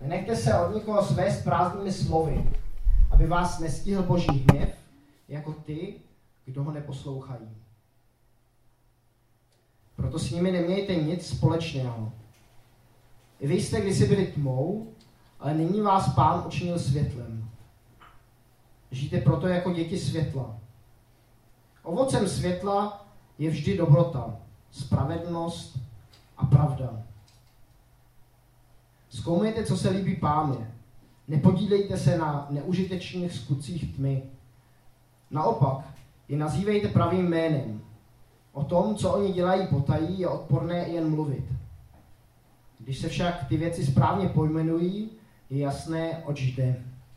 Nenechte se od nikoho svést prázdnými slovy, aby vás nestihl Boží hněv, jako ty, kdo ho neposlouchají. Proto s nimi nemějte nic společného. I vy jste kdysi byli tmou, ale nyní vás Pán učinil světlem. Žijte proto jako děti světla. Ovocem světla je vždy dobrota, spravedlnost a pravda. Zkoumejte, co se líbí Pánu. Nepodílejte se na neužitečných skutcích tmy. Naopak, je nazývejte pravým jménem. O tom, co oni dělají potají, je odporné jen mluvit. Když se však ty věci správně pojmenují, je jasné, oč jde.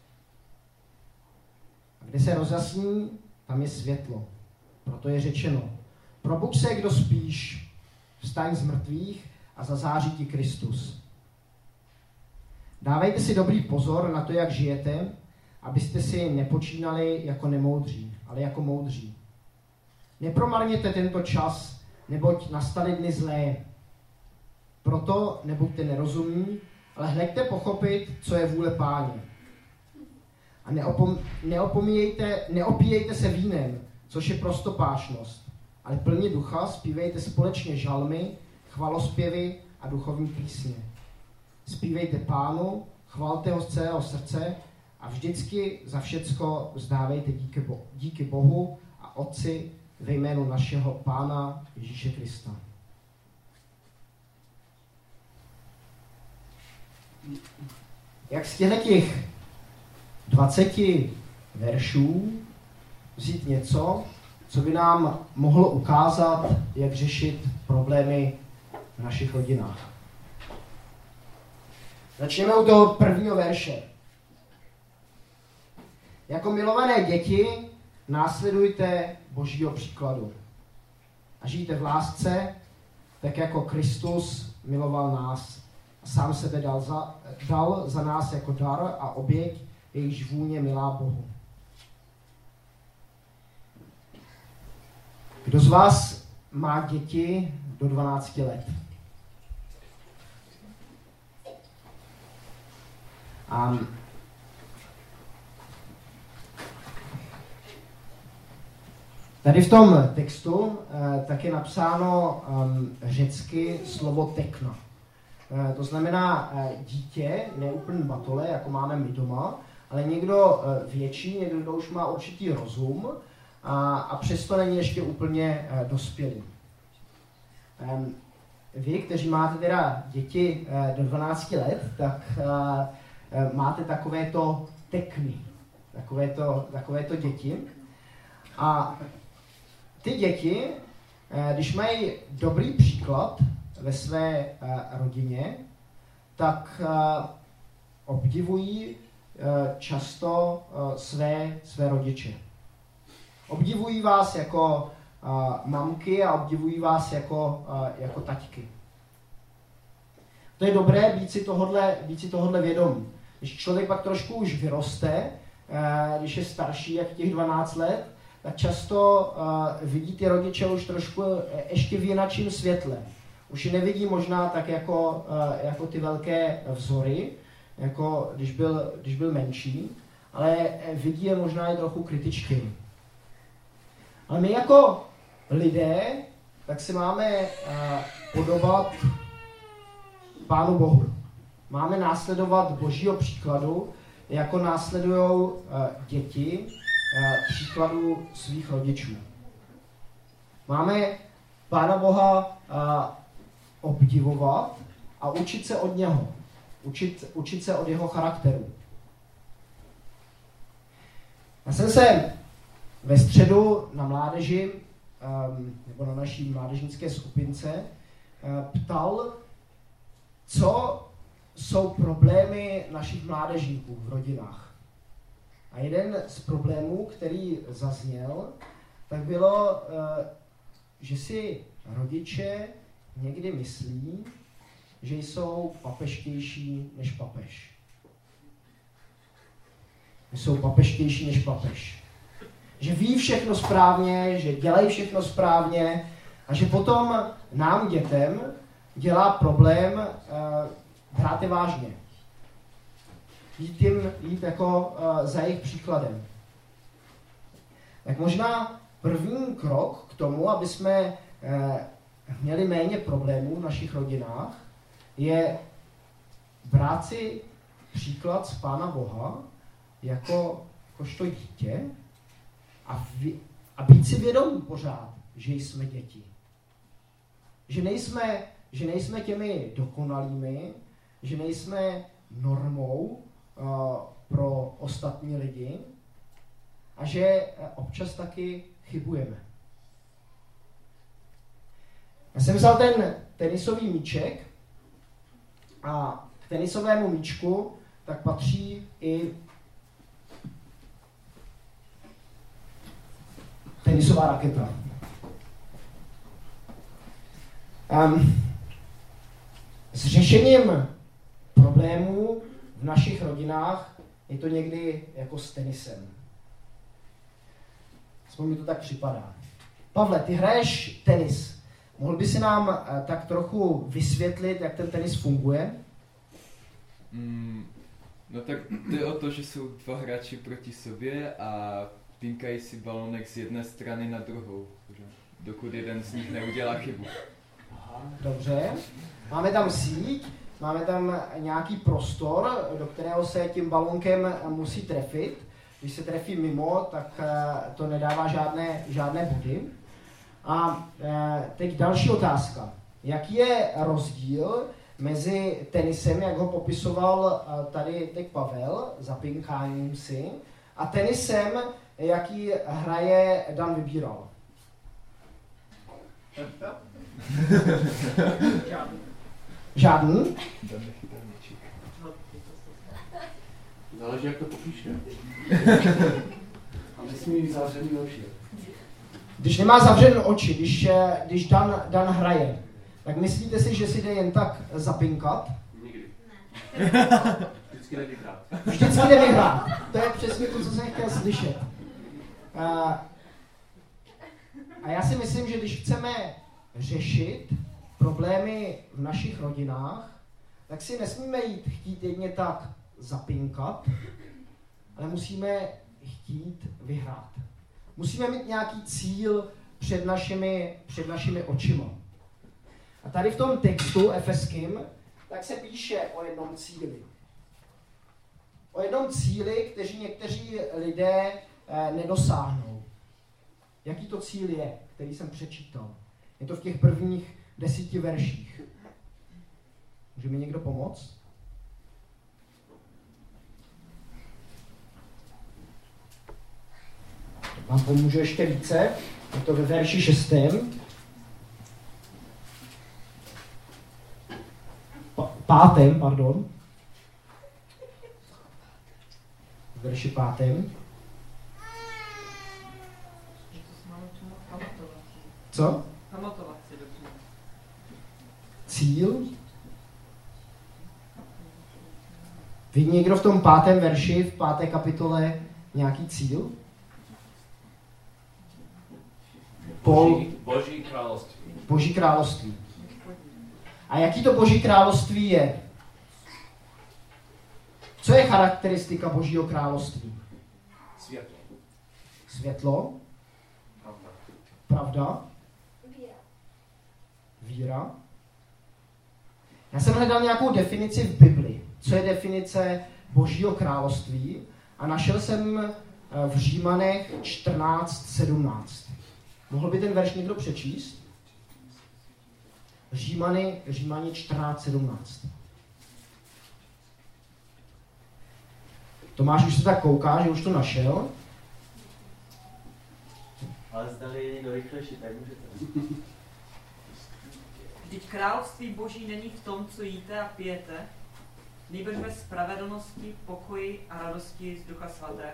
A kde se rozjasní, tam je světlo. Proto je řečeno, probuď se, kdo spíš, vstaň z mrtvých a zazáří ti Kristus. Dávejte si dobrý pozor na to, jak žijete, abyste si nepočínali jako nemoudří, ale jako moudří. Nepromarněte tento čas, neboť nastaly dny zlé. Proto nebuďte nerozumní, ale hleďte pochopit, co je vůle Páně. A neopíjejte se vínem, což je prostopášnost, ale plně ducha zpívejte společně žalmy, chvalospěvy a duchovní písně. Zpívejte Pánu, chvalte ho z celého srdce a vždycky za všecko vzdávejte díky Bohu a Otci ve jménu našeho Pána Ježíše Krista. Jak z těch 20 veršů vzít něco, co by nám mohlo ukázat, jak řešit problémy v našich rodinách. Začneme u toho prvního verše. Jako milované děti následujte Božího příkladu a žijte v lásce, tak jako Kristus miloval nás a sám sebe dal za nás jako dar a oběť, jejíž vůně milá Bohu. Kdo z vás má děti do 12 let? Tady v tom textu tak je napsáno řecky slovo tekna. To znamená dítě, ne úplně batole, jako máme my doma, ale někdo větší, někdo, kdo už má určitý rozum a přesto není ještě úplně dospělý. Vy, kteří máte teda děti do 12 let, tak máte takovéto tekny, takovéto děti. A ty děti, když mají dobrý příklad ve své rodině, tak obdivují často své rodiče. Obdivují vás jako mamky a obdivují vás jako taťky. To je dobré být si tohodle vědomý. Když člověk pak trošku už vyroste, když je starší, jak těch 12 let, tak často vidí ty rodiče už trošku ještě v jinačím světle. Už je nevidí možná tak jako ty velké vzory, jako když byl menší, ale vidí je možná i trochu kritičtěji. Ale my jako lidé, tak se máme podobat Pánu Bohu. Máme následovat Božího příkladu, jako následujou děti příkladu svých rodičů. Máme Pána Boha obdivovat a učit se od něho. Učit se od jeho charakteru. Já jsem se ve středu na mládeži, nebo na naší mládežnické skupince, ptal, co jsou problémy našich mládežníků v rodinách. A jeden z problémů, který zazněl, tak bylo, že si rodiče někdy myslí, že jsou papežštější než papež. Že jsou papežštější než papež. Že ví všechno správně, že dělají všechno správně a že potom nám dětem dělá problém brát je vážně. jít jako za jejich příkladem. Tak možná první krok k tomu, aby jsme měli méně problémů v našich rodinách, je brát si příklad z Pána Boha jakožto dítě a být si vědomí pořád, že jsme děti. Že nejsme těmi dokonalými, že nejsme normou pro ostatní lidi a že občas taky chybujeme. Já jsem vzal ten tenisový míček a k tenisovému míčku tak patří i tenisová raketa. S řešením problémů v našich rodinách je to někdy jako s tenisem. Aspoň mi to tak připadá. Pavle, ty hraješ tenis. Mohl by si nám tak trochu vysvětlit, jak ten tenis funguje? No tak jde o to, že jsou dva hráči proti sobě a pinkají si balonek z jedné strany na druhou, dokud jeden z nich neudělá chybu. Dobře. Máme tam síť, máme tam nějaký prostor, do kterého se tím balonkem musí trefit. Když se trefí mimo, tak to nedává žádné body. A teď další otázka. Jaký je rozdíl mezi tenisem, jak ho popisoval tady teď Pavel, zapinkáním si, a tenisem, jaký hraje Dan Vybíral? Žádný? Záleží, jak to popíše. A nesmí mít zavřený oči. Když nemá zavřené oči, když Dan hraje, tak myslíte si, že si jde jen tak zapinkat? Nikdy. Vždycky jde vyhrát. Vždycky jde vyhrát. To je přesně to, co jsem chtěl slyšet. A já si myslím, že když chceme řešit problémy v našich rodinách, tak si nesmíme chtít jedně tak zapinkat, ale musíme chtít vyhrát. Musíme mít nějaký cíl před našimi očima. A tady v tom textu efeským, tak se píše o jednom cíli. O jednom cíli, kteří někteří lidé nedosáhnou. Jaký to cíl je, který jsem přečítal? Je to v těch prvních 10 verších. Může mi někdo pomoct? Vám pomůžu ještě více. Je to ve verši 6. Pátém, pardon. V verši 5. Co? Pamatovat si dobře. Cíl? Vidí někdo v tom 5. verši, v 5. kapitole nějaký cíl? Boží království. Boží království. A jaký to Boží království je? Co je charakteristika Božího království? Světlo. Světlo? Pravda. Pravda? Víra? Já jsem hledal nějakou definici v Bibli. Co je definice Božího království? A našel jsem v Římanech 14:17. Mohl by ten verš někdo přečíst? Římani 14:17. Tomáš už se tak kouká, že už to našel. Ale zdali je někdo rychlejší, tak můžete. Vždyť království Boží není v tom, co jíte a pijete, nýbrž ve spravedlnosti, pokoji a radosti z Ducha Svatého.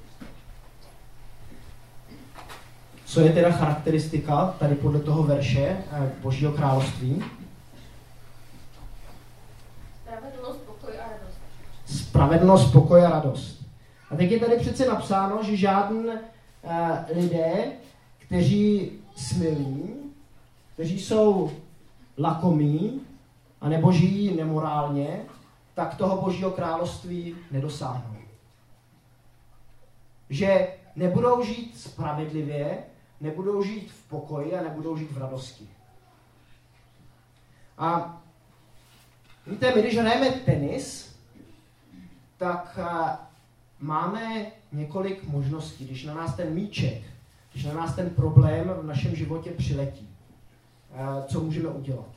Co je teda charakteristika tady podle toho verše Božího království? Spravedlnost, pokoj a radost. Spravedlnost, pokoj a radost. A tak je tady přece napsáno, že žádný lidé, kteří smilí, kteří jsou lakomí, anebo žijí nemorálně, tak toho Božího království nedosáhnou. Že nebudou žít spravedlivě, nebudou žít v pokoji a nebudou žít v radosti. A víte, my když hrajeme tenis, tak máme několik možností. Když na nás ten míček, když na nás ten problém v našem životě přiletí, co můžeme udělat?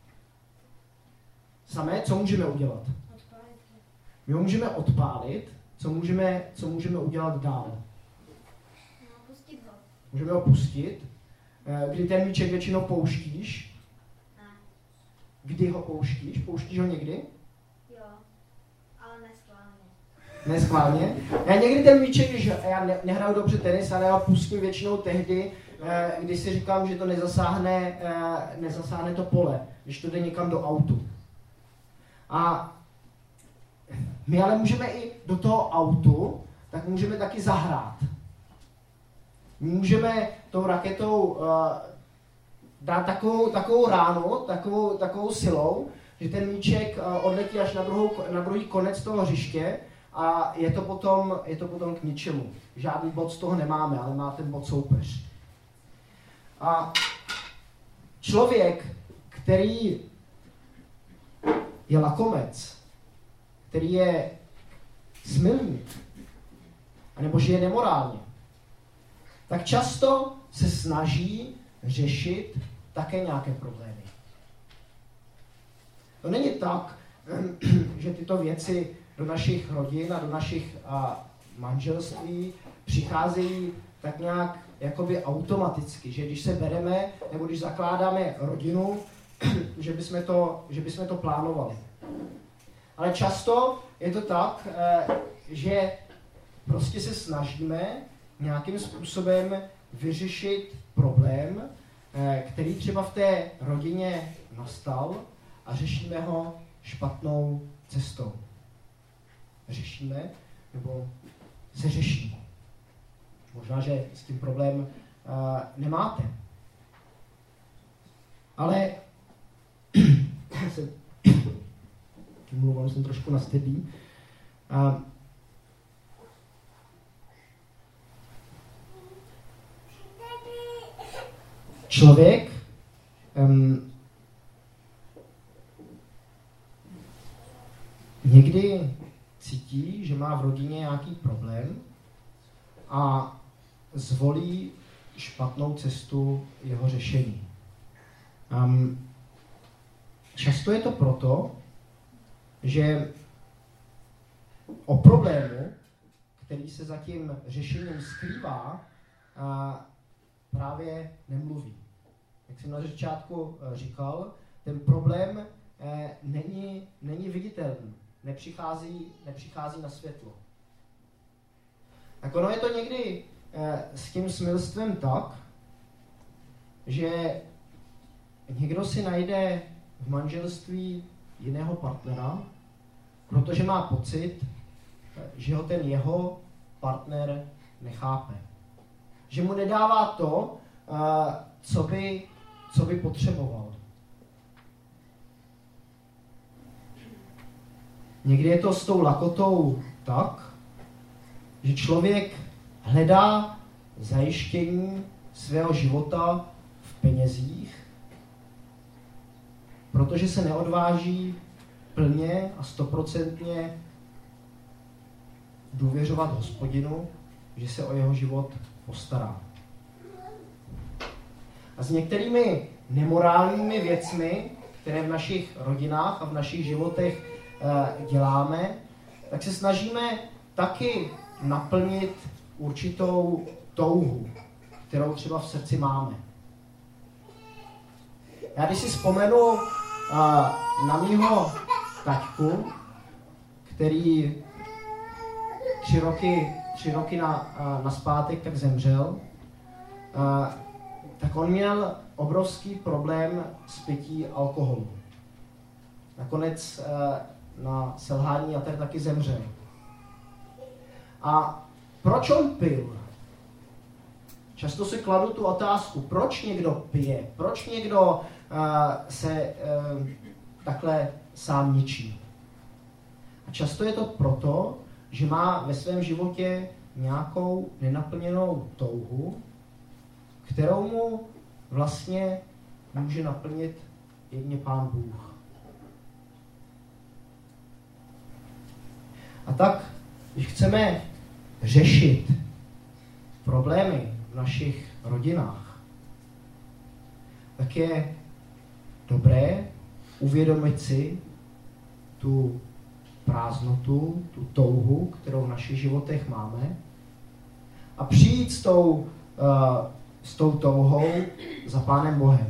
Samé, co můžeme udělat? Odpálit. My ho můžeme odpálit, co můžeme udělat dál? No, pustit ho. Můžeme ho pustit. Kdy ten míček většinou pouštíš? Ne. Kdy ho pouštíš? Pouštíš ho někdy? Jo. Ale neschválně. Neschválně. Já někdy ten míček, když já nehraju dobře tenis, ale já ho pustím většinou tehdy, když si říkám, že to nezasáhne to pole, když to jde někam do autu. A my ale můžeme i do toho autu, tak můžeme taky zahrát. Můžeme tou raketou dát takovou ránu, takovou silou, že ten míček odletí až na druhý konec toho hřiště a je to potom k ničemu. Žádný bod z toho nemáme, ale má ten bod soupeř. A člověk, který je lakomec, který je smilník, anebo že je nemorálně, tak často se snaží řešit také nějaké problémy. To není tak, že tyto věci do našich rodin a do našich manželství přicházejí tak nějak jakoby automaticky, že když se bereme nebo když zakládáme rodinu, že bychom to plánovali. Ale často je to tak, že prostě se snažíme nějakým způsobem vyřešit problém, který třeba v té rodině nastal a řešíme ho špatnou cestou. Řešíme nebo se řeší. Možná, že s tím problém nemáte. Ale mluvám, jsem trošku nastydlý. Člověk někdy cítí, že má v rodině nějaký problém a zvolí špatnou cestu jeho řešení. Často je to proto, že o problému, který se za tím řešením skrývá, právě nemluví. Jak jsem na začátku říkal, ten problém není viditelný, nepřichází na světlo. Tak ono je to někdy s tím smilstvem tak, že někdo si najde v manželství jiného partnera, protože má pocit, že ho ten jeho partner nechápe. Že mu nedává to, co by potřeboval. Někdy je to s tou lakotou tak, že člověk hledá zajištění svého života v penězích, protože se neodváží plně a 100% důvěřovat Hospodinu, že se o jeho život postará. A s některými nemorálními věcmi, které v našich rodinách a v našich životech děláme, tak se snažíme taky naplnit určitou touhu, kterou třeba v srdci máme. Já když si vzpomenu na mýho taťku, který 3 roky naspátek tak zemřel, tak on měl obrovský problém s pití alkoholu. Nakonec na selhání jater taky zemřel. A proč on pil? Často si kladu tu otázku, proč někdo pije, proč někdo se takhle sám ničí. A často je to proto, že má ve svém životě nějakou nenaplněnou touhu, kterou mu vlastně může naplnit jedině Pán Bůh. A tak, když chceme řešit problémy v našich rodinách, tak je dobré uvědomit si tu prázdnotu, tu touhu, kterou v našich životech máme, a přijít s tou touhou za Pánem Bohem.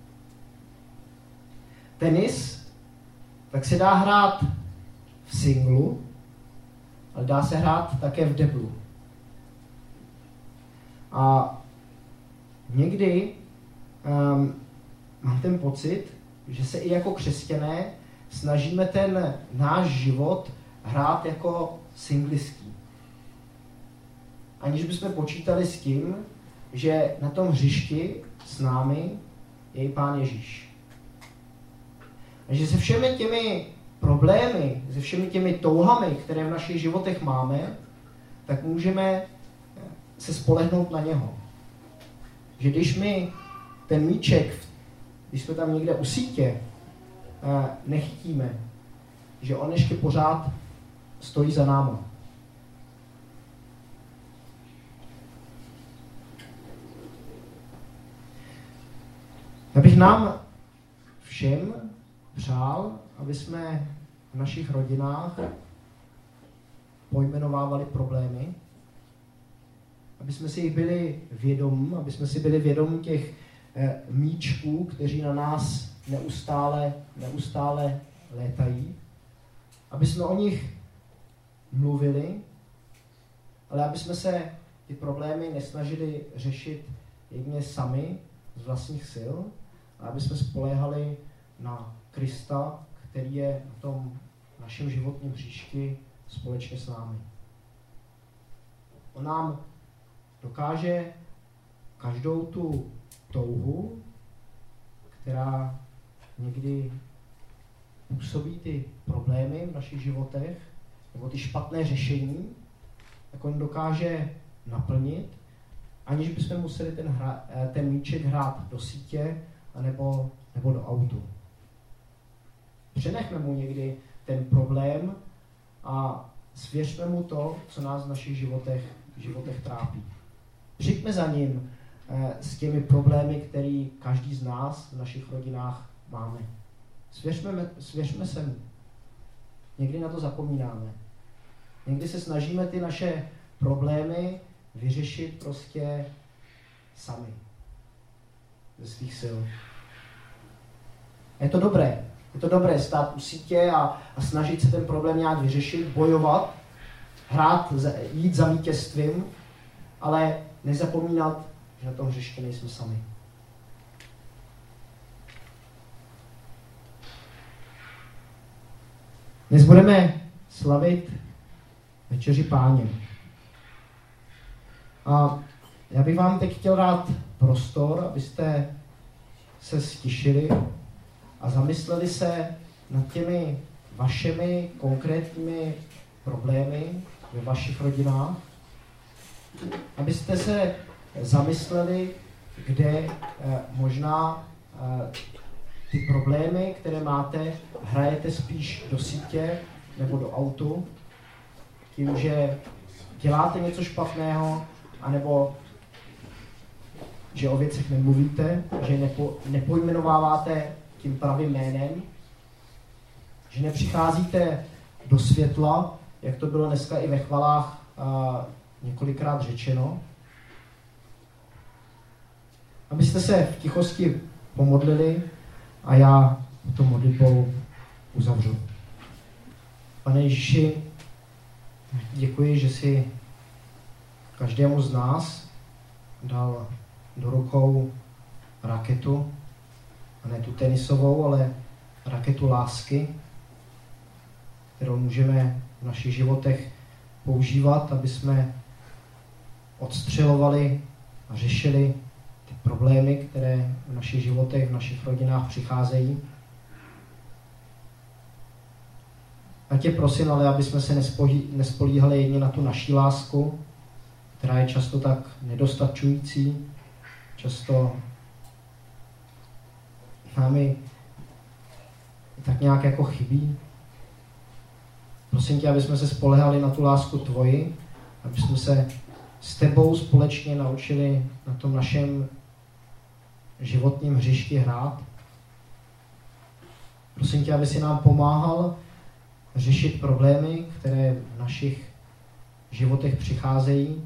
Tenis tak se dá hrát v singlu, ale dá se hrát také v deblu. A někdy mám ten pocit, že se i jako křesťané snažíme ten náš život hrát jako singlistý. Aniž bychom počítali s tím, že na tom hřišti s námi je i Pán Ježíš. A že se všemi těmi problémy, se všemi těmi touhami, které v našich životech máme, tak můžeme se spolehnout na něho. Že když my ten míček, když jsme tam někde u sítě, nechytíme, že on ještě pořád stojí za námi. Já bych nám všem přál, aby jsme v našich rodinách pojmenovávali problémy, aby jsme si jich byli vědomí, aby jsme si byli vědomí těch míčků, kteří na nás neustále létají, aby jsme o nich mluvili, ale aby jsme se ty problémy nesnažili řešit jedině sami z vlastních sil, a aby jsme spoléhali na Krista, který je na tom našem životním hříšti společně s námi. On nám dokáže každou tu touhu, která někdy působí ty problémy v našich životech, nebo ty špatné řešení, tak on dokáže naplnit, aniž bychom museli ten míček hrát do sítě nebo do autu. Přenechme mu někdy ten problém a svěřme mu to, co nás v našich životech trápí. Přijďme za ním s těmi problémy, které každý z nás v našich rodinách máme. Svěřme se mu. Někdy na to zapomínáme. Někdy se snažíme ty naše problémy vyřešit prostě sami. Ze svých sil. Je to dobré stát u sítě a snažit se ten problém nějak vyřešit, bojovat, jít za vítězstvím, ale nezapomínat, že na tom hřišti nejsme sami. Dnes budeme slavit večeři Páně. A já bych vám teď chtěl dát prostor, abyste se stišili a zamysleli se nad těmi vašimi konkrétními problémy ve vašich rodinách. Abyste se zamysleli, kde možná ty problémy, které máte, hrajete spíš do sítě nebo do autu, tím, že děláte něco špatného, anebo že o věcech nemluvíte, že nepojmenováváte tím pravým jménem, že nepřicházíte do světla, jak to bylo dneska i ve chvalách několikrát řečeno. Abyste se v tichosti pomodlili a já tu modlitbou uzavřu. Pane Ježíši, děkuji, že jsi každému z nás dal do rukou raketu, a ne tu tenisovou, ale raketu lásky, kterou můžeme v našich životech používat, aby jsme odstřelovali a řešili ty problémy, které v našich životech, v našich rodinách přicházejí. Tak tě prosím, ale aby jsme se nespolíhali jen na tu naší lásku, která je často tak nedostačující, často námi tak nějak jako chybí. Prosím tě, aby jsme se spolehali na tu lásku tvoji, aby jsme se s tebou společně naučili na tom našem životním hřišti hrát. Prosím tě, aby si nám pomáhal řešit problémy, které v našich životech přicházejí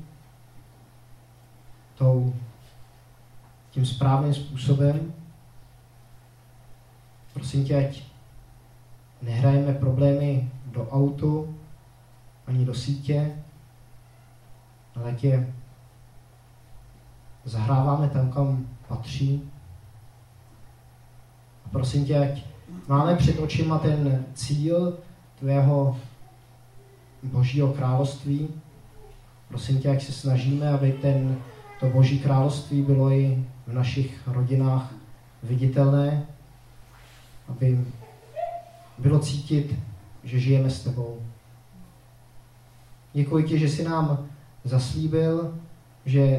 tím správným způsobem. Prosím tě, ať nehrajeme problémy do autu ani do sítě, ale ať je zahráváme tam, kam patří. A prosím tě, ať máme před očima ten cíl tvého Božího království. Prosím tě, ať se snažíme, aby to Boží království bylo i v našich rodinách viditelné, aby bylo cítit, že žijeme s tebou. Děkuji ti, že jsi nám zaslíbil, že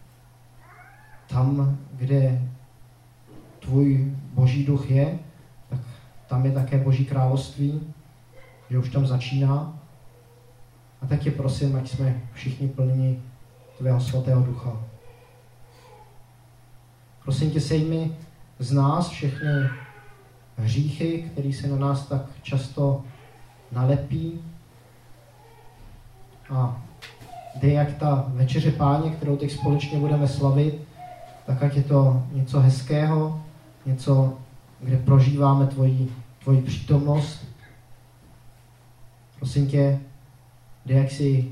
tam, kde tvůj Boží duch je, tak tam je také Boží království, že už tam začíná. A tak tě prosím, ať jsme všichni plní tvého svatého ducha. Prosím tě, sejmi z nás všechny hříchy, které se na nás tak často nalepí. A dej, ať ta večeře Páně, kterou teď společně budeme slavit, tak ať je to něco hezkého, něco, kde prožíváme tvoji přítomnost. Prosím tě, dej, jak si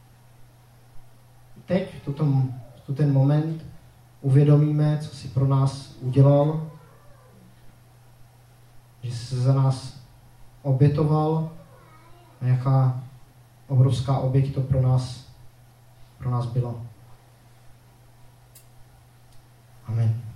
teď, v ten moment, uvědomíme, co jsi pro nás udělal, že jsi se za nás obětoval a jaká obrovská oběť to pro nás byla. Amen.